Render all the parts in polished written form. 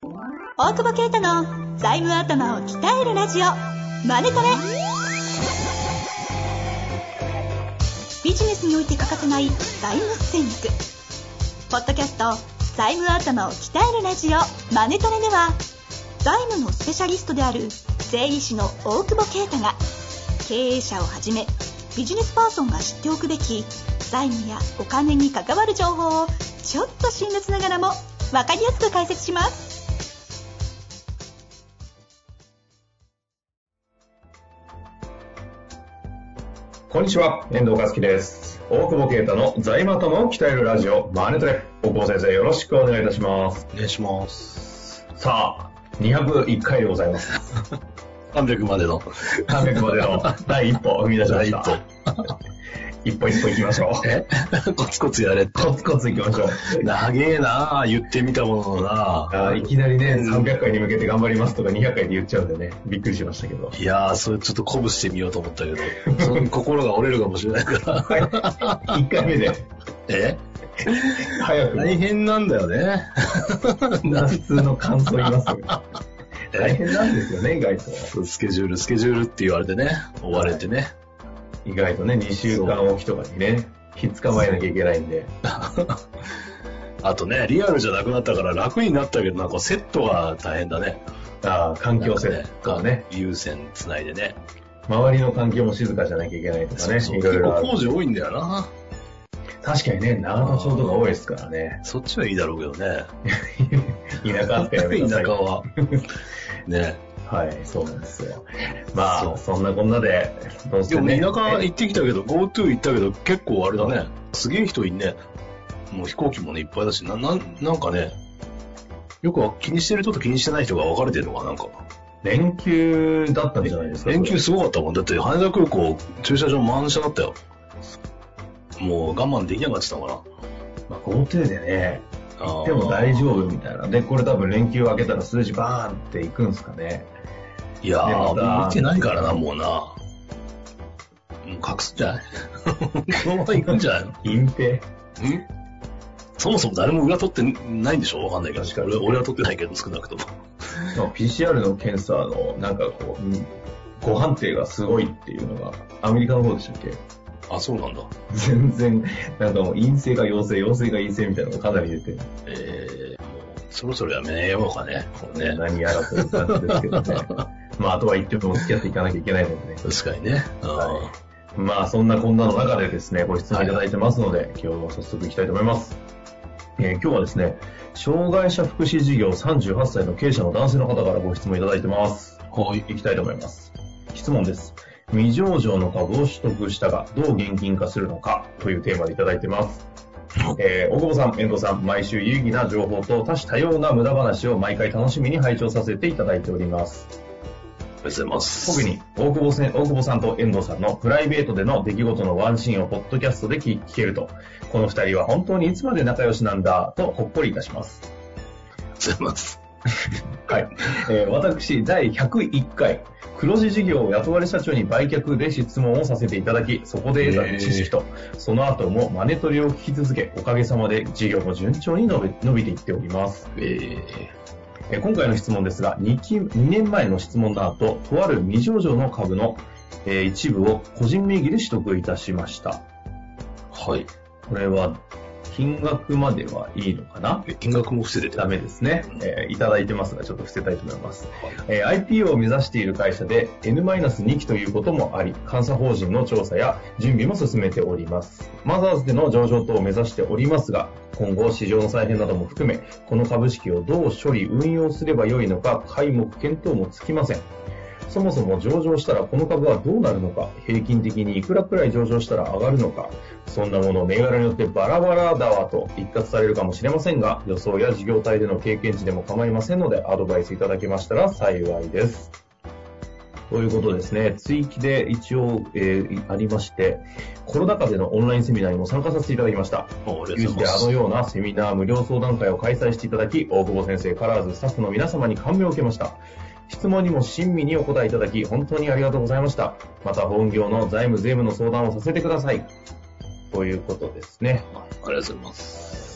大久保啓太の財務頭を鍛えるラジオマネトレ。ビジネスにおいて欠かせない財務戦略。ポッドキャスト財務頭を鍛えるラジオマネトレでは、財務のスペシャリストである税理士の大久保啓太が、経営者をはじめビジネスパーソンが知っておくべき財務やお金に関わる情報をちょっと辛辣ながらも分かりやすく解説します。 こんにちは、遠藤和樹です。大久保啓太の財務頭を鍛えるラジオマネトレ。大久保先生、よろしくお願いいたします。 お願いします。 さあ、201回でございます。 300までの第一歩を踏み出しました。一歩一歩行きましょう。 コツコツやれって。 コツコツ行きましょう。 長えなぁ、言ってみたもののないきなりね、300回に向けて頑張りますとか200回で言っちゃうんでね、びっくりしましたけど。 いやー、それちょっと鼓舞してみようと思ったけど、その心が折れるかもしれないから。 1回目で。早く。 大変なんだよね。 普通の感想言いますよ。大変なんですよね、意外と。 スケジュールって言われてね、追われてね。 意外とね、2週間おきとかにね、ひっ捕まえなきゃいけないんで。 あとね、リアルじゃなくなったから楽になったけど、なんかセットが大変だね。 環境セットがね。 有線つないでね。 周りの環境も静かじゃなきゃいけないとかね。 そう結構工事多いんだよな。 確かにね、長野町とか多いですからね。 そっちはいいだろうけどね。 田舎ってやめなさい。 田舎は。ね。 はい、そうなんですよ。まあ、そんなこんなで、どうせね。 でも田舎行ってきたけど、GoTo 行ったけど、結構あれだね。すげえ人いんね。もう飛行機もね、いっぱいだし、なんかね、よく気にしてる人と気にしてない人が分かれてるのかなんか。 連休だったんじゃないですか。 連休すごかったもん。だって、羽田空港、駐車場満車だったよ。もう我慢できなかったのかな。 まあ、GoTo でね、行っても大丈夫みたいな。で、これ多分連休明けたら数字バーンっていくんすかね。 いやー、見てないからな、もうな。もう隠すんじゃないこのまま行くんじゃないの隠蔽そもそも誰も裏取ってないんでしょわかんないけど。俺は取ってないけど、少なくとも。 PCR の検査の、なんかこう、ご判定がすごいっていうのが、アメリカの方でしたっけ？ あ、そうなんだ。 全然、なんかもう陰性が陽性、陽性が陰性みたいなのがかなり出て。 もうそろそろやめようかね。 何やらという感じですけどね。まあ、あとは言っても付き合っていかなきゃいけないのでね。 確かにね。 はい、まあ、そんなこんなの中でですね、ご質問いただいてますので、今日は早速いきたいと思います。今日はですね、障害者福祉事業38歳の経営者の男性の方からご質問いただいてます。 はい。 いきたいと思います。質問です。未上場の株を取得したが、どう現金化するのかというテーマでいただいてます。大久保さん、遠藤さん、毎週有意義な情報と多種多様な無駄話を毎回楽しみに拝聴させていただいております。 ありがとうございます。 特に大久保さんと遠藤さんのプライベートでの出来事のワンシーンをポッドキャストで聞けると、この二人は本当にいつまで仲良しなんだとほっこりいたします。 ありがとうございます。 はい。私、第101回、黒字事業を雇われ社長に売却で質問をさせていただき、そこで得た知識と、その後もマネトレを聞き続け、おかげさまで事業も順調に伸びていっております。今回の質問ですが、2年前の質問の後、とある未上場の株の、一部を個人名義で取得いたしました。 はい。 これは、金額まではいいのかな？ 金額も伏せてダメですね。いただいてますが、ちょっと伏せたいと思います。IPO を目指している会社で N-2 期ということもあり、監査法人の調査や準備も進めております。マザーズでの上場等を目指しておりますが、今後市場の再編なども含め、この株式をどう処理運用すればよいのか、皆目見当もつきません。そもそも上場したらこの株はどうなるのか、平均的にいくらくらい上場したら上がるのか、そんなものを銘柄によってバラバラだわと一括されるかもしれませんが、予想や事業体での経験値でも構いませんので、アドバイスいただけましたら幸いです。ということですね、追記で一応、ありまして、コロナ禍でのオンラインセミナーにも参加させていただきました。有事であのようなセミナー無料相談会を開催していただき、大久保先生、カラーズスタッフの皆様に感銘を受けました。質問にも親身にお答えいただき、本当にありがとうございました。また本業の財務税務の相談をさせてください。ということですね。 ありがとうございます。 しっ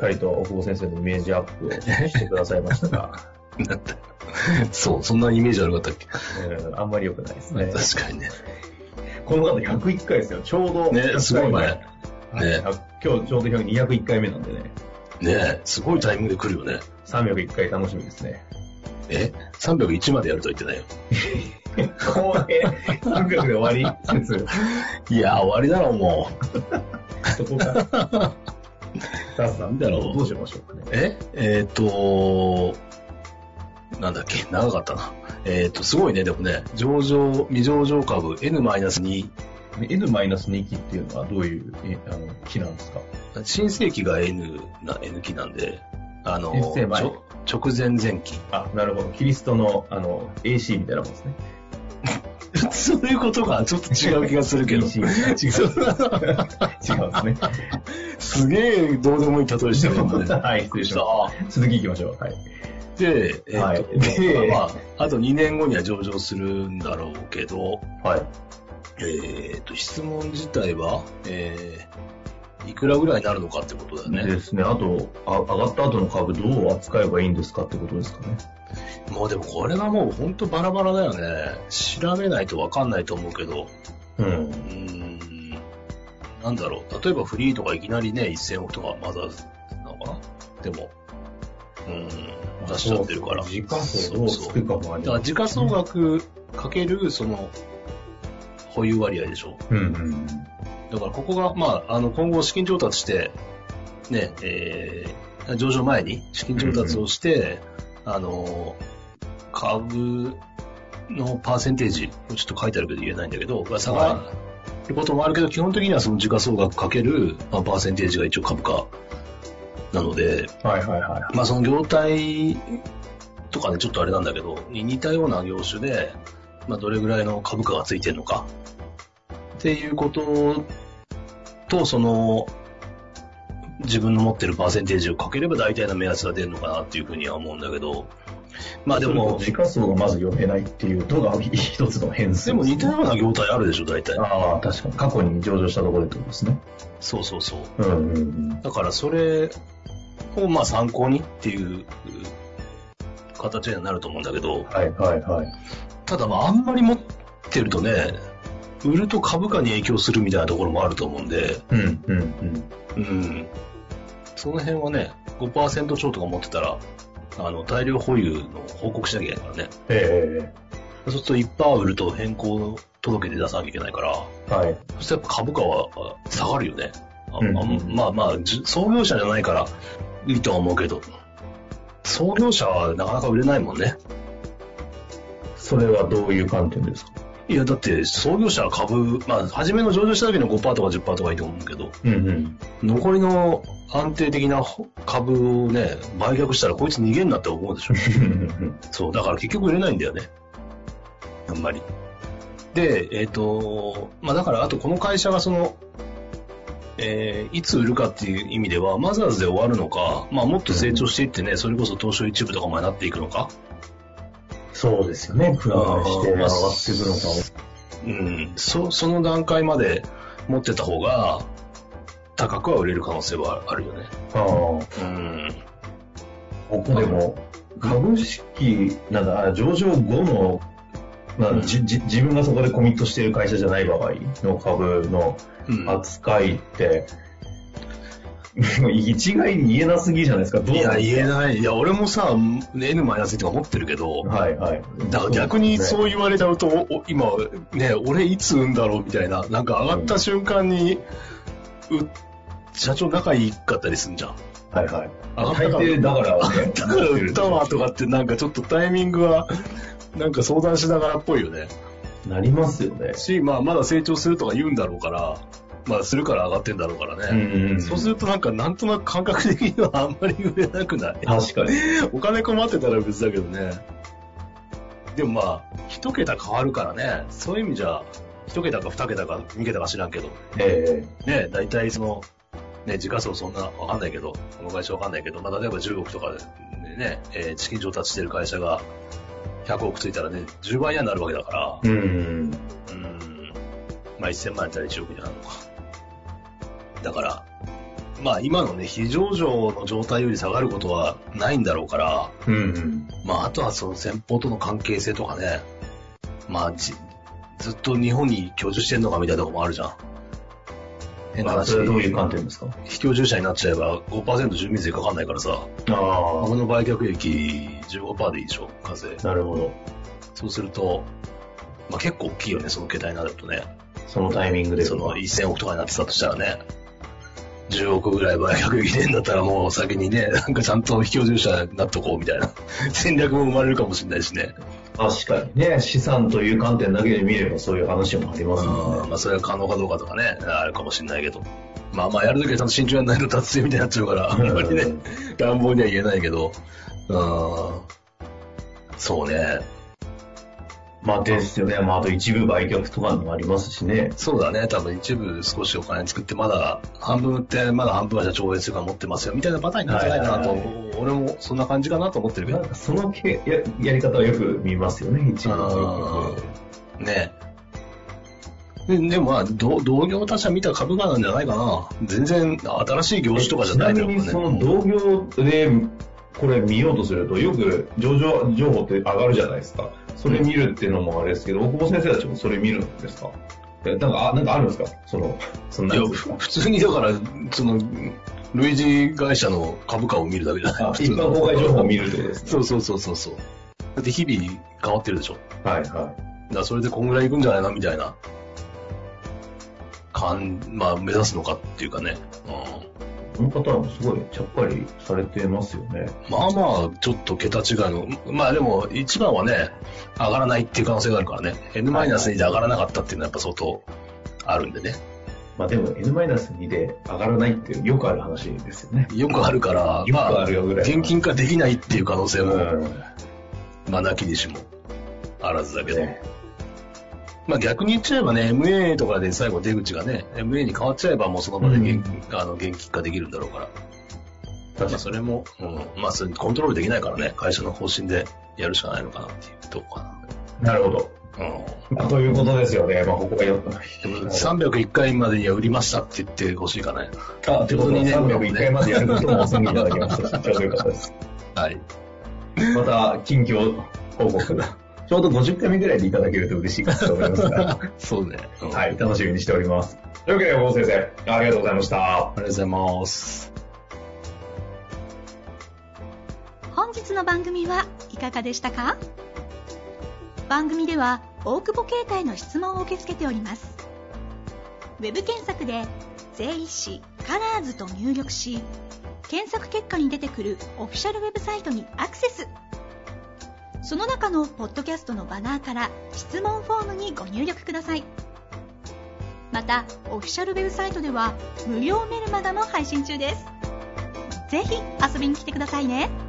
かりと奥保先生のイメージアップをしてくださいましたが。 なんだそう、そんなイメージ悪かったっけ？ あんまり良くないですね。 確かにね。 この方101回ですよ。ちょうど。 ね、すごいね。ね、 今日ちょうど201回目なんでね。 ね、すごいタイミングで来るよね。 301回楽しみですね。 301までやるとは言ってないよ。 これ、300で終わり説。 いや、終わりだろう、もう。そこか。ダースさん、どうしましょうかね。 なんだっけ、長かったな。すごいね、でもね、未上場株 N-2。 N-2 期っていうのはどういう期なんですか？ 新世紀が N 期なんで、直前前期。 あ、なるほど。キリストのAC みたいなもんですね。 そういうことがちょっと違う気がするけど。違うですね。 すげえどうでもいい例えしてるもんね。 はい、失礼しました。続きいきましょう。はい。 で、まあ、あと2年後には上場するんだろうけど、 はい。 質問自体は、いくらぐらいになるのかってことだよね。 ですね。あと、上がった後の株どう扱えばいいんですかってことですかね。 もうでもこれがもう本当バラバラだよね。調べないと分かんないと思うけど。なんだろう。例えばフリーとかいきなりね、1000億とかまだなのかなでも、出しちゃってるから。 時価総をつくかもあります。 だから時価総額かける、保有割合でしょ。だからここが、まあ、今後資金調達して、ね、上場前に資金調達をして、株のパーセンテージ、ちょっと書いてあるけど言えないんだけど、が下がることもあるけど、基本的にはその時価総額かける、パーセンテージが一応株価なので、まあその業態とかね、ちょっとあれなんだけど、似たような業種で、まあどれぐらいの株価がついてるのか、っていうことと、自分の持ってるパーセンテージをかければ大体の目安が出るのかなっていうふうには思うんだけど、まあでも、 時価総がまず読めないっていうのが一つの変数。 でも似たような業態あるでしょ、大体。 ああ、確かに。過去に上場したところでってことですね。 そう。だからそれをまあ参考にっていう形にはなると思うんだけど、ただまああんまり持ってるとね、売ると株価に影響するみたいなところもあると思うんで、その辺はね、5% 超とか持ってたら、大量保有の報告しなきゃいけないからね。そうすると1%売ると変更届けで出さなきゃいけないから、そしてやっぱ株価は下がるよね。まあ、創業者じゃないからいいとは思うけど、創業者はなかなか売れないもんね。 それはどういう観点ですか？ いや、だって創業者は株、まあ、初めの上場した時の 5% とか 10% とかいいと思うけど、残りの安定的な株をね、売却したらこいつ逃げんなって思うでしょ。そう、だから結局売れないんだよね。あんまり。で、まあだからあとこの会社がいつ売るかっていう意味では、マザーズで終わるのか、まあもっと成長していってね、それこそ東証一部とかまでなっていくのか。 そうですよね。車がして上がっていくのか。 その段階まで持ってた方が高くは売れる可能性はあるよね。 ここでも株式上場後の、自分がそこでコミットしている会社じゃない場合の株の扱いって、一概に言えなすぎじゃないですか。 いや、言えない。いや、俺もさ、N-2 とか持ってるけど、だから逆にそう言われちゃうと、今、ね、俺いつ売んだろうみたいな、なんか上がった瞬間に、社長仲いいかったりすんじゃん。 大抵だから売ったわとかってなんかちょっとタイミングは、なんか相談しながらっぽいよね。 なりますよね。 まあまだ成長するとか言うんだろうから、まあするから上がってんだろうからね。そうするとなんとなく感覚的にはあんまり売れなくない？ 確かに。 お金困ってたら別だけどね。でもまあ、一桁変わるからね。そういう意味じゃ、一桁か二桁か二桁か知らんけど。ね、大体ね、時価総そんなわかんないけど、この会社わかんないけど、まあ例えば10億とかでね、資金調達してる会社が100億ついたらね、10倍にはなるわけだから。まあ1000万やったら1億になるのか。だから、 まあ今のね、非上場の状態より下がることはないんだろうから、 うんうん。 まああとはその先方との関係性とかね、まあずっと日本に居住してんのかみたいなとこもあるじゃん。変な話。 それはどういう観点ですか？ 非居住者になっちゃえば 5% 住民税かかんないからさ、この売却益 15% でいいでしょ、課税。 なるほど。 そうすると、まあ結構大きいよね、その桁になるとね。 そのタイミングで。 その1000億とかになってたとしたらね。10億ぐらい売却益でんだったらもう先にね、なんかちゃんと非居住者になっとこうみたいな戦略も生まれるかもしれないしね。 確かにね、資産という観点だけで見ればそういう話もありますもんね。 まあそれは可能かどうかとかね、あるかもしれないけど。まあやるときはちゃんと慎重やんないと達成みたいになっちゃうから、あんまりね、乱暴には言えないけど、そうね。 まあですよね。まああと一部売却とかもありますしね。 そうだね。多分一部少しお金作ってまだ半分売ってまだ半分はじゃあ超越が持ってますよみたいなパターンになってないかなと、俺もそんな感じかなと思ってるけど。 なんかそのやり方はよく見ますよね。一部ね。でもまあ同業他社見た株価なんじゃないかな。全然新しい業種とかじゃないだろうね。 ちなみにその同業でこれ見ようとするとよく上場情報って上がるじゃないですか。それ見るっていうのもあれですけど、大久保先生たちもそれ見るんですか？なんかあるんですか？その普通にだからその類似会社の株価を見るだけじゃない。 一般公開情報を見るってことですね。 そう。だって日々変わってるでしょ。 はいはい。 だからそれでこんぐらいいくんじゃないなみたいなまあ目指すのかっていうかね。 この方もすごいちゃっかりされてますよね。 まあちょっと桁違いの。まあでも一番はね、上がらないっていう可能性があるからね。N-2 で上がらなかったっていうのはやっぱ相当あるんでね。 まあでも N-2 で上がらないってよくある話ですよね。 よくあるから、 よくあるよぐらい。 現金化できないっていう可能性も、まあなきにしもあらずだけど。まあ逆に言っちゃえばね、MA とかで最後出口がね、MA に変わっちゃえばもうその場で現金化できるんだろうから。まあそれも、まあそれコントロールできないからね、会社の方針でやるしかないのかなっていうとこかな。なるほど。ということですよね。まあここが 301回までには売りましたって言ってほしいかね。 ってことにね、301回までやることもお済みいただきましたし、ちょうどよかったです。 はい。 また近況報告が。ちょうど50回目ぐらいでいただけると嬉しいかと思いますが。 そうね。 はい、楽しみにしております。というわけで、大先生、ありがとうございました。 ありがとうございます。 本日の番組はいかがでしたか？番組では大久保携帯の質問を受け付けております。ウェブ検索で税理士カラーズと入力し、検索結果に出てくるオフィシャルウェブサイトにアクセス。その中のポッドキャストのバナーから質問フォームにご入力ください。またオフィシャルウェブサイトでは無料メルマガも配信中です。ぜひ遊びに来てくださいね。